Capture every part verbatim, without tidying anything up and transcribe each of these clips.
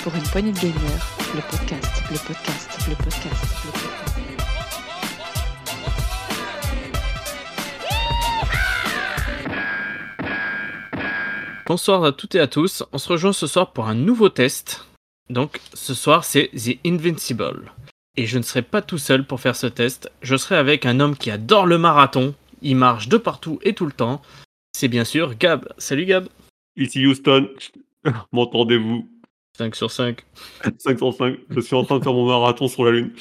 pour une poignée de gamers, le podcast, le podcast, le podcast, le podcast. Bonsoir à toutes et à tous, on se rejoint ce soir pour un nouveau test. Donc ce soir c'est The Invincible. Et je ne serai pas tout seul pour faire ce test, je serai avec un homme qui adore le marathon, il marche de partout et tout le temps. C'est bien sûr Gab. Salut Gab. Ici Houston, m'entendez-vous? cinq sur cinq. cinq sur cinq, je suis en train de faire mon marathon sur la Lune.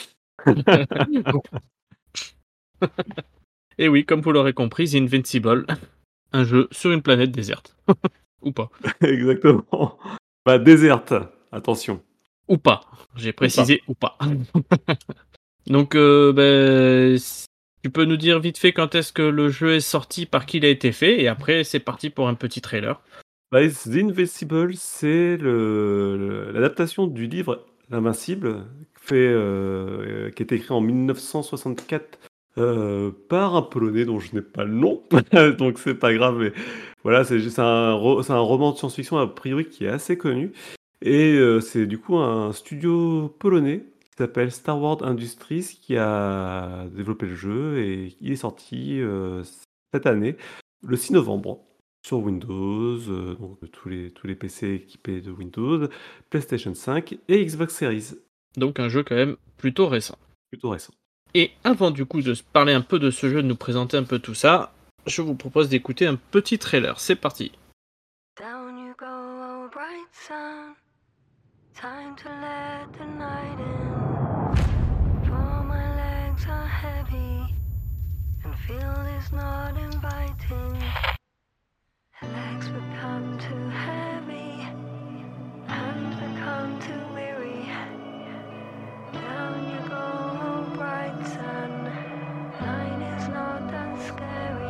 Et oui, comme vous l'aurez compris, The Invincible, un jeu sur une planète déserte. Ou pas. Exactement. Bah, déserte, attention. Ou pas, j'ai précisé ou pas. Ou pas. Donc, euh, ben, tu peux nous dire vite fait quand est-ce que le jeu est sorti, par qui il a été fait, et après c'est parti pour un petit trailer. Bah, The Invincible, c'est le, le- l'adaptation du livre L'Invincible, fait, euh, qui a été écrit en mille neuf cent soixante-quatre euh, par un Polonais dont je n'ai pas le nom, donc c'est pas grave. Mais voilà, c'est c'est un, ro- c'est un roman de science-fiction a priori qui est assez connu. Et euh, c'est du coup un studio polonais qui s'appelle Star Wars Industries qui a développé le jeu et il est sorti euh, cette année, le six novembre, sur Windows, euh, donc tous les, tous les P C équipés de Windows, PlayStation cinq et Xbox Series. Donc un jeu quand même plutôt récent. Plutôt récent. Et avant du coup de se parler un peu de ce jeu, de nous présenter un peu tout ça, je vous propose d'écouter un petit trailer. C'est parti. Down you go, oh bright sun. Time to let the night in. For my legs are heavy and field is not inviting. Legs become too heavy, hands become too weary. Down you go, oh bright sun. Night is not that scary.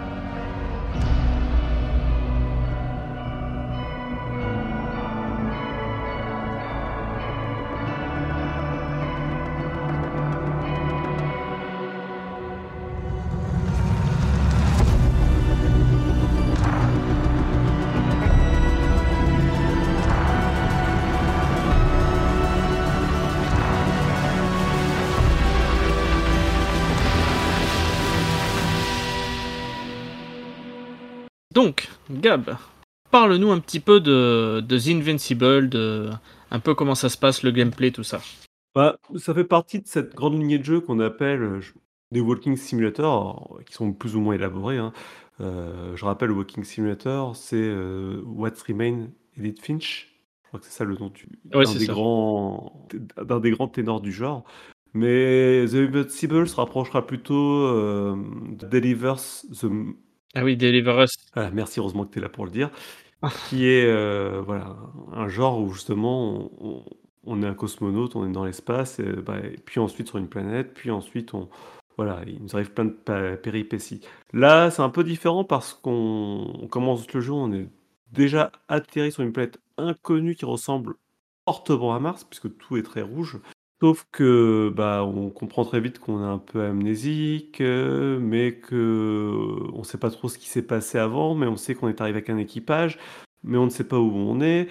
Donc, Gab, parle-nous un petit peu de, de The Invincible, de un peu comment ça se passe, le gameplay, tout ça. Bah, ça fait partie de cette grande lignée de jeux qu'on appelle euh, je- des Walking Simulator, alors, qui sont plus ou moins élaborés, hein. Euh, je rappelle, le Walking Simulator, c'est euh, What Remains Edith Finch. Je crois que c'est ça le nom du- Ouais, d'un c'est des ça. grands, d'un des grands ténors du genre. Mais The Invincible se rapprochera plutôt euh, de Delivers the... Ah oui, Deliver Us. Ah, merci, heureusement que tu es là pour le dire. Qui est euh, voilà, un genre où justement on, on- on est un cosmonaute, on est dans l'espace, et, bah, et puis ensuite sur une planète, puis ensuite on, voilà, il nous arrive plein de pa- péripéties. Là, c'est un peu différent parce qu'on on commence le jeu, on est déjà atterri sur une planète inconnue qui ressemble fortement à Mars, puisque tout est très rouge. Sauf que bah, on comprend très vite qu'on est un peu amnésique, euh, mais que on sait pas trop ce qui s'est passé avant, mais on sait qu'on est arrivé avec un équipage, mais on ne sait pas où on est.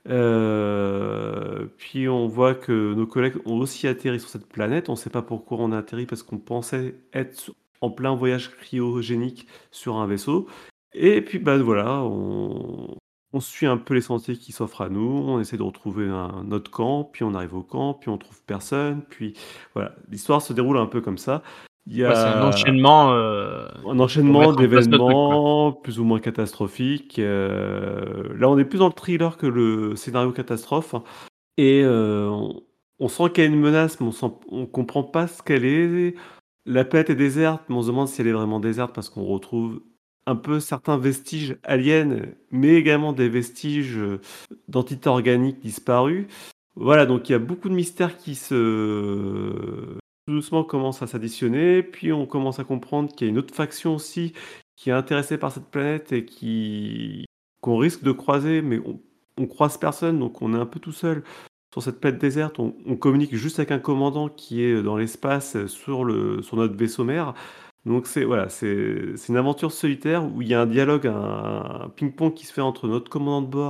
Euh, puis on voit que nos collègues ont aussi atterri sur cette planète. On ne sait pas pourquoi on a atterri parce qu'on pensait être en plein voyage cryogénique sur un vaisseau. Et puis bah voilà, on, on suit un peu les sentiers qui s'offrent à nous, on essaie de retrouver un, notre camp, puis on arrive au camp, puis on trouve personne, puis voilà, l'histoire se déroule un peu comme ça. Il y Ouais, c'est un a enchaînement euh, un pour enchaînement mettre en place le truc, quoi. d'événements plus ou moins catastrophiques. euh, Là, on est plus dans le thriller que le scénario catastrophe. Et euh, on, on sent qu'il y a une menace, mais on sent, on comprend pas ce qu'elle est. La planète est déserte, mais on se demande si elle est vraiment déserte parce qu'on retrouve un peu certains vestiges aliens, mais également des vestiges euh, d'entités organiques disparues. Voilà, donc il y a beaucoup de mystères qui se tout doucement commencent à s'additionner, puis on commence à comprendre qu'il y a une autre faction aussi qui est intéressée par cette planète et qui qu'on risque de croiser, mais on, on croise personne, donc on est un peu tout seul sur cette planète déserte. On, on communique juste avec un commandant qui est dans l'espace sur le sur notre vaisseau mère. Donc c'est voilà, c'est c'est une aventure solitaire où il y a un dialogue, un, un ping-pong qui se fait entre notre commandant de bord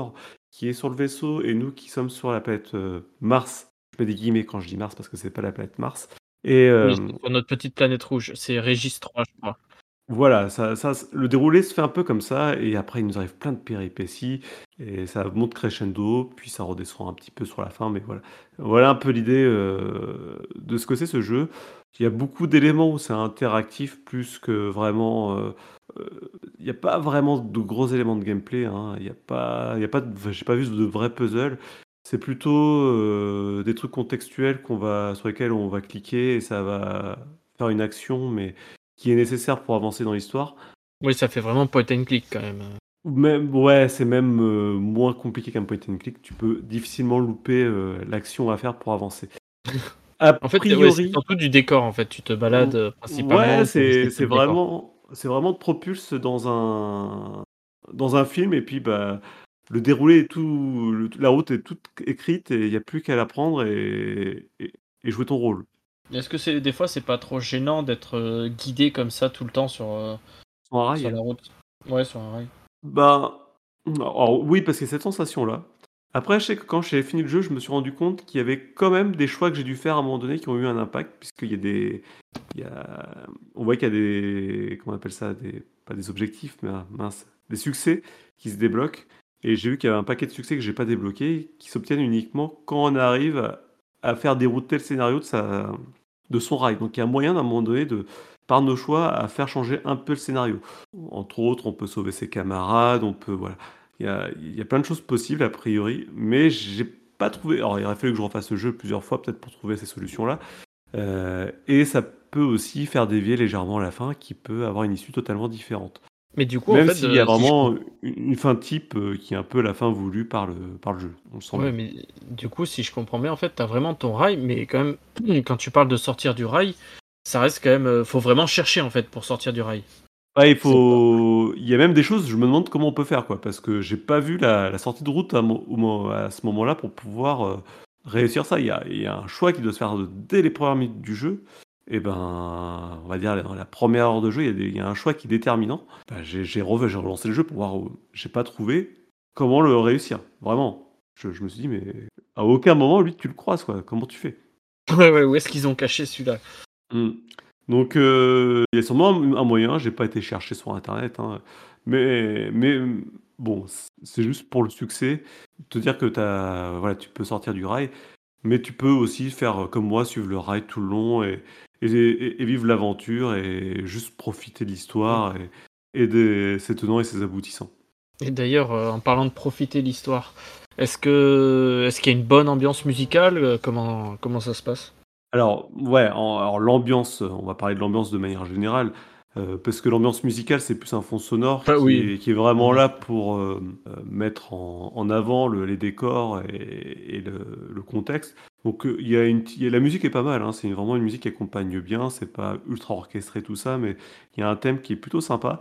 qui est sur le vaisseau et nous qui sommes sur la planète euh, Mars. Je mets des guillemets quand je dis Mars parce que c'est pas la planète Mars. Et Oui, euh, c'est sur notre petite planète rouge. C'est Régis trois, je crois. voilà, ça, ça, c- le déroulé se fait un peu comme ça, et après il nous arrive plein de péripéties, et ça monte crescendo, puis ça redescend un petit peu sur la fin, mais voilà. Voilà un peu l'idée euh, de ce que c'est ce jeu. Il y a beaucoup d'éléments où c'est interactif, plus que vraiment... euh, euh, il n'y a pas vraiment de gros éléments de gameplay, hein. Il y a pas, il y a pas de- enfin, j'ai pas vu de vrais puzzles. C'est plutôt euh, des trucs contextuels qu'on va, sur lesquels on va cliquer, et ça va faire une action, mais qui est nécessaire pour avancer dans l'histoire. Oui, ça fait vraiment point and click quand même. Ou même, ouais, c'est même euh, moins compliqué qu'un point and click. Tu peux difficilement louper euh, l'action à faire pour avancer. A En fait, ouais, c'est priori, surtout du décor, en fait. Tu te balades euh, ouais, principalement pour c'est visiter c'est le décor. vraiment, c'est vraiment te propulse dans un dans un film, et puis bah le déroulé est tout, le- la route est toute écrite et il n'y a plus qu'à la prendre et, et, et jouer ton rôle. Est-ce que c'est des fois c'est pas trop gênant d'être euh, guidé comme ça tout le temps sur, euh, En sur rail. la route? Ouais, sur un rail. Bah, alors oui, parce qu'il y a cette sensation-là. Après, je sais que quand j'ai fini le jeu, je me suis rendu compte qu'il y avait quand même des choix que j'ai dû faire à un moment donné qui ont eu un impact, puisqu'il y a des, il y a, on voit qu'il y a des, comment on appelle ça, des, pas des objectifs, mais ah, mince, des succès qui se débloquent. Et j'ai vu qu'il y avait un paquet de succès que j'ai pas débloqué, qui s'obtiennent uniquement quand on arrive à, à faire dérouter le scénario de sa, de son rail. Donc il y a moyen d'un moment donné de, par nos choix, à faire changer un peu le scénario. Entre autres, on peut sauver ses camarades, on peut, voilà. Il y a, il y a plein de choses possibles a priori, mais j'ai pas trouvé. Alors, il aurait fallu que je refasse le jeu plusieurs fois peut-être pour trouver ces solutions-là. Euh, et ça peut aussi faire dévier légèrement à la fin, qui peut avoir une issue totalement différente. Mais du coup, en Même fait, s'il y a euh, si je vraiment une une fin type euh, qui est un peu la fin voulue par le, par le jeu, on le sent Ouais, bien. mais du coup, si je comprends bien, en fait, t'as vraiment ton rail, mais quand même, quand tu parles de sortir du rail, ça reste quand même, euh, faut vraiment chercher en fait pour sortir du rail. Ouais, il C'est pas. faut. Il y a même des choses, je me demande comment on peut faire, quoi, parce que j'ai pas vu la, la sortie de route à, mo- au mo- à ce moment-là pour pouvoir euh, réussir ça. Il y a, il y a un choix qui doit se faire dès les premières minutes du jeu. Et ben, on va dire dans la première heure de jeu, il y a, des- il y a un choix qui est déterminant. Ben, j'ai j'ai re- j'ai relancé le jeu pour voir, où- j'ai pas trouvé comment le réussir. Vraiment. Je, je me suis dit, mais à aucun moment, lui, tu le croises, quoi. Comment tu fais? Ouais, ouais, où est-ce qu'ils ont caché celui-là? Mm. Donc, euh, il y a sûrement un un moyen, j'ai pas été chercher sur internet, hein, mais, mais bon, c- c'est juste pour le succès, te dire que t'as, voilà, tu peux sortir du rail, mais tu peux aussi faire euh, comme moi, suivre le rail tout le long et, et, et- et vivre l'aventure et juste profiter de l'histoire et, et de ses tenants et ses aboutissants. Et d'ailleurs, euh, en parlant de profiter de l'histoire, est-ce que est-ce qu'il y a une bonne ambiance musicale? Euh, Comment comment ça se passe? Alors, ouais, en- alors l'ambiance, on va parler de l'ambiance de manière générale, euh, parce que l'ambiance musicale, c'est plus un fond sonore Ah qui oui. est, qui est vraiment Mhm. là pour euh, euh, mettre en, en avant le- les décors et, et le, le contexte. Donc, euh, il y a une, il y a- la musique est pas mal, hein, c'est vraiment une musique qui accompagne bien, c'est pas ultra orchestré tout ça, mais il y a un thème qui est plutôt sympa.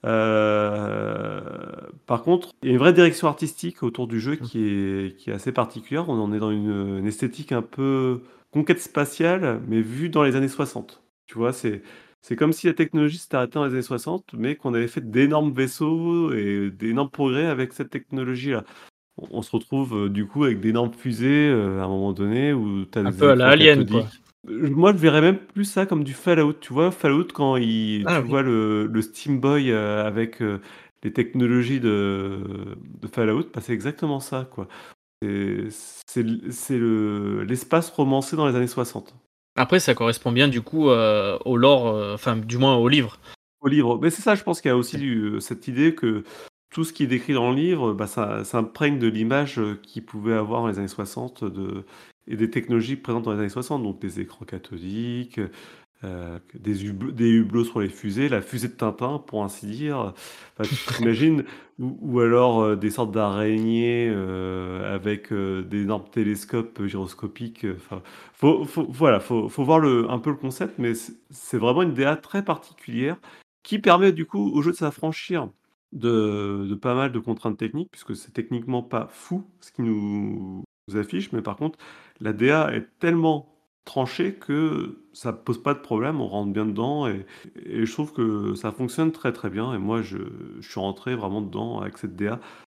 Euh, Par contre, il y a une vraie direction artistique autour du jeu qui est, qui est assez particulière. On en est dans une, une esthétique un peu conquête spatiale, mais vue dans les années soixante. Tu vois, c'est, c'est comme si la technologie s'était arrêtée dans les années soixante, mais qu'on avait fait d'énormes vaisseaux et d'énormes progrès avec cette technologie-là. On, on se retrouve euh, du coup avec d'énormes fusées euh, à un moment donné où tu as Un des peu à la écrans Alien, quoi. cathodiques. Euh, Moi, je verrais même plus ça comme du Fallout. Tu vois, Fallout, quand il, Ah tu oui. vois le, le Steam Boy euh, avec euh, les technologies de, de Fallout, bah, c'est exactement ça, quoi. C'est c'est l- c'est le, l'espace romancé dans les années soixante. Après, ça correspond bien du coup euh, au lore, euh, enfin du moins au livre. Au livre. Mais c'est ça, je pense qu'il y a aussi du- cette idée que tout ce qui est décrit dans le livre, bah, ça, ça imprègne de l'image euh, qu'il pouvait avoir dans les années soixante de, et des technologies présentes dans les années soixante, donc des écrans cathodiques, euh, des, hublots, des hublots sur les fusées, la fusée de Tintin, pour ainsi dire. Enfin, tu t'imagines, ou, ou alors euh, des sortes d'araignées euh, avec euh, d'énormes télescopes gyroscopiques. euh, Enfin, faut, faut- voilà, faut, faut voir le, un peu le concept, mais c'est c'est vraiment une D A très particulière qui permet du coup au jeu de s'affranchir de, de pas mal de contraintes techniques, puisque c'est techniquement pas fou ce qui nous, nous affiche, mais par contre, la D A est tellement tranché que ça pose pas de problème, on rentre bien dedans et, et je trouve que ça fonctionne très très bien et moi je, je suis rentré vraiment dedans avec cette D A.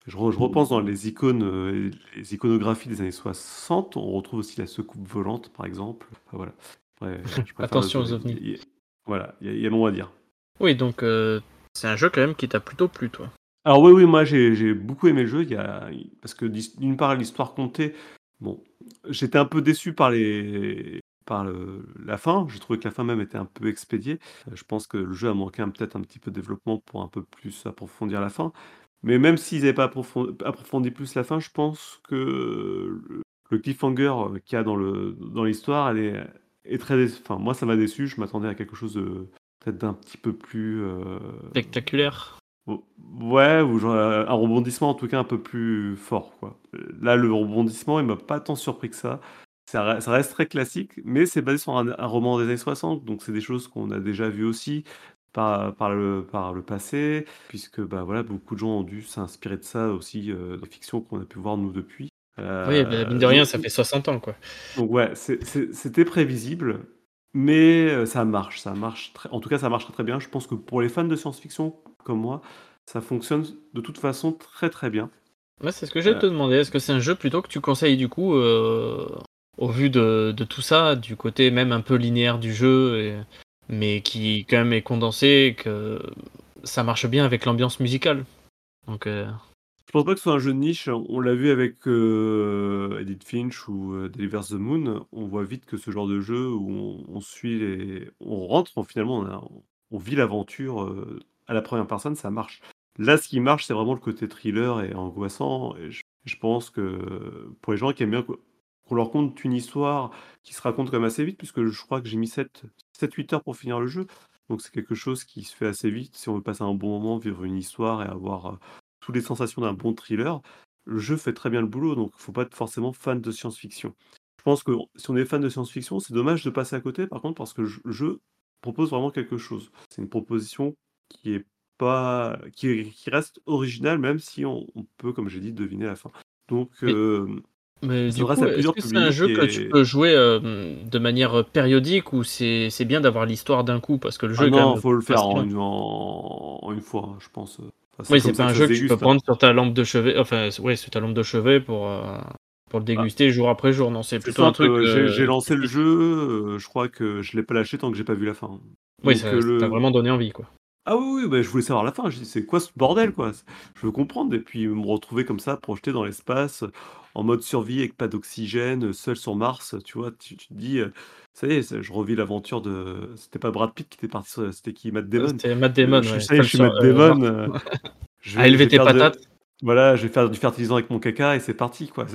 Je, re- je repense dans les icônes, euh, les iconographies des années soixante, on retrouve aussi la secoupe volante, par exemple. Enfin, voilà. Ouais, je préfère Attention le- aux ovnis. y- y- Voilà, il y, a- il y a long à dire. Oui, donc euh, c'est un jeu quand même qui t'a plutôt plu, toi. Alors oui, oui, moi j'ai j'ai beaucoup aimé le jeu, il y a, parce que d'his- d'une part l'histoire comptée, bon, j'étais un peu déçu par les, par le- la fin, j'ai trouvé que la fin même était un peu expédiée. Euh, Je pense que le jeu a manqué un- peut-être un petit peu de développement pour un peu plus approfondir la fin. Mais même s'ils n'avaient pas approfon- approfondi plus la fin, je pense que le, le cliffhanger euh, qu'il y a dans le, dans l'histoire, elle est, est très déçu. Enfin, moi ça m'a déçu, je m'attendais à quelque chose de peut-être d'un petit peu plus... euh, Spectaculaire. Ou- Ouais, ou genre euh, un rebondissement en tout cas un peu plus fort, quoi. Euh, Là, le rebondissement, il m'a pas tant surpris que ça. Ça, re- ça reste très classique, mais c'est basé sur un, un roman des années soixante, donc c'est des choses qu'on a déjà vues aussi par, par le, par le passé, puisque bah, voilà, beaucoup de gens ont dû s'inspirer de ça aussi, euh, dans les fictions qu'on a pu voir nous depuis. Oui, bah, mine de Euh, rien, donc, ça fait soixante ans, quoi. donc ouais, c'est- c'est- c'était prévisible, mais euh, ça marche, ça marche très, en tout cas ça marche très très bien. Je pense que pour les fans de science-fiction comme moi, ça fonctionne de toute façon très très bien. Ouais, c'est ce que j'allais Euh, te demander. Est-ce que c'est un jeu plutôt que tu conseilles du coup, euh, au vu de, de tout ça, du côté même un peu linéaire du jeu, et- mais qui quand même est condensé, et que ça marche bien avec l'ambiance musicale. Donc, euh, je pense pas que ce soit un jeu de niche. On l'a vu avec euh, Edith Finch ou euh, Deliver the Moon. On voit vite que ce genre de jeu où on, on suit les, on rentre, on- finalement, on, a- on vit l'aventure euh, à la première personne, ça marche. Là, ce qui marche, c'est vraiment le côté thriller et angoissant. Et je, je pense que pour les gens qui aiment bien qu'on qu'on leur conte une histoire qui se raconte quand même assez vite, puisque je crois que j'ai mis sept huit heures pour finir le jeu. Donc c'est quelque chose qui se fait assez vite si on veut passer un bon moment, vivre une histoire et avoir euh, toutes les sensations d'un bon thriller. Le jeu fait très bien le boulot, donc il faut pas être forcément fan de science-fiction. Je pense que si on est fan de science-fiction, c'est dommage de passer à côté, par contre, parce que le jeu propose vraiment quelque chose. C'est une proposition qui est pas, qui, est- qui reste originale, même si on, on peut, comme j'ai dit, deviner la fin. Donc, mais, euh, mais ça du s'adresse coup, à est-ce plusieurs que c'est un publics jeu que tu et peux jouer euh, de manière périodique, ou c'est c'est bien d'avoir l'histoire d'un coup, parce que le ah jeu est quand non, même faut le pas faire si en long. une, en, en une fois, hein, je pense. Enfin, c'est Oui, c'est comme ça pas que un ça se jeu que tu peux déguste. prendre sur ta lampe de chevet, enfin, ouais, sur ta lampe de chevet pour, euh, pour le Ah, déguster jour après jour. Non, c'est c'est plutôt un simple, truc euh, j'ai j'ai euh, qui lancé le fixe. jeu, euh, je crois que je l'ai pas lâché tant que j'ai pas vu la fin. Oui, Donc ça euh, ça t'a le vraiment donné envie, quoi. ah oui, oui, bah, je voulais savoir la fin. Je dis c'est quoi ce bordel quoi? Je veux comprendre et puis me retrouver comme ça projeté dans l'espace en mode survie avec pas d'oxygène, seul sur Mars, tu vois? Tu, tu te dis euh, ça y est, ça- je revis l'aventure de c'était pas Brad Pitt qui était parti sur- c'était qui? Matt Euh, Damon. C'était Matt Euh, Damon, je suis ouais, ça y est, je seul suis sur Matt euh, Mars. Damon. euh, je À vais je élever vais tes faire de patates. voilà, je vais faire du fertilisant avec mon caca et c'est parti quoi.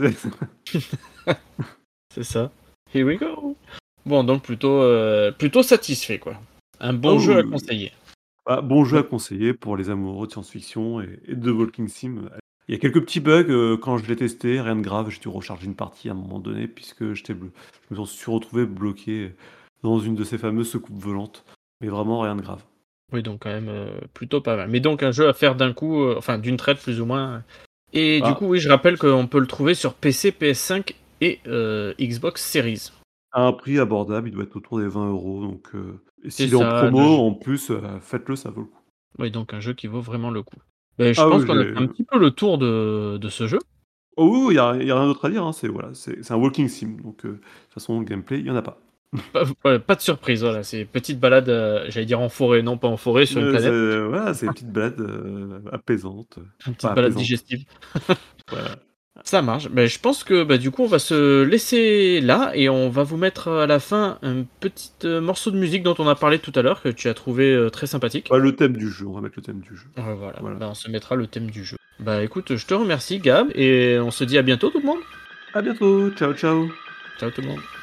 C'est ça. Here we go. Bon, donc plutôt, euh, plutôt satisfait, quoi. Un Ah bon jeu à oui, oui, oui. conseiller. Ah, bon jeu à Donc, conseiller pour les amoureux de science-fiction et, et de Walking Sim. Il y a quelques petits bugs euh, quand je l'ai testé, rien de grave. J'ai dû recharger une partie à un moment donné puisque j'étais blo- je me suis retrouvé bloqué dans une de ces fameuses secoupes volantes. Mais vraiment rien de grave. oui, donc quand même euh, plutôt pas mal. Mais donc un jeu à faire d'un coup, euh, enfin d'une traite plus ou moins. Et du Ah, coup, oui, je rappelle qu'on peut le trouver sur P C, P S cinq et euh, Xbox Series. à un prix abordable, il doit être autour des vingt euros. Donc, euh, et C'est s'il est en ça, le promo, jeu. en plus, euh, faites-le, ça vaut le coup. Oui, donc un jeu qui vaut vraiment le coup. Ben, je Ah pense oui, qu'on a fait j'ai... un petit peu le tour de, de ce jeu. Oh oui, il n'y a, y a rien d'autre à dire. Hein. C'est voilà, c'est c'est un Walking Sim. Donc, euh, de toute façon, le gameplay, il n'y en a pas. Pas, pas- pas de surprise, voilà. C'est petite balade, euh, j'allais dire en forêt, non pas en forêt, sur une Euh, planète. c'est- voilà, c'est une petite balade euh, apaisante. Une Enfin, petite balade apaisante. digestive. Voilà. Ça marche. Ben, je pense que bah, du coup, on va se laisser là et on va vous mettre à la fin un petit euh, morceau de musique dont on a parlé tout à l'heure, que tu as trouvé euh, très sympathique. Bah, le thème du jeu, on va mettre le thème du jeu. Ouais, voilà, Voilà. Ben, on se mettra le thème du jeu. Bah écoute, je te remercie Gab et on se dit à bientôt tout le monde. À bientôt, ciao ciao. Ciao tout le monde.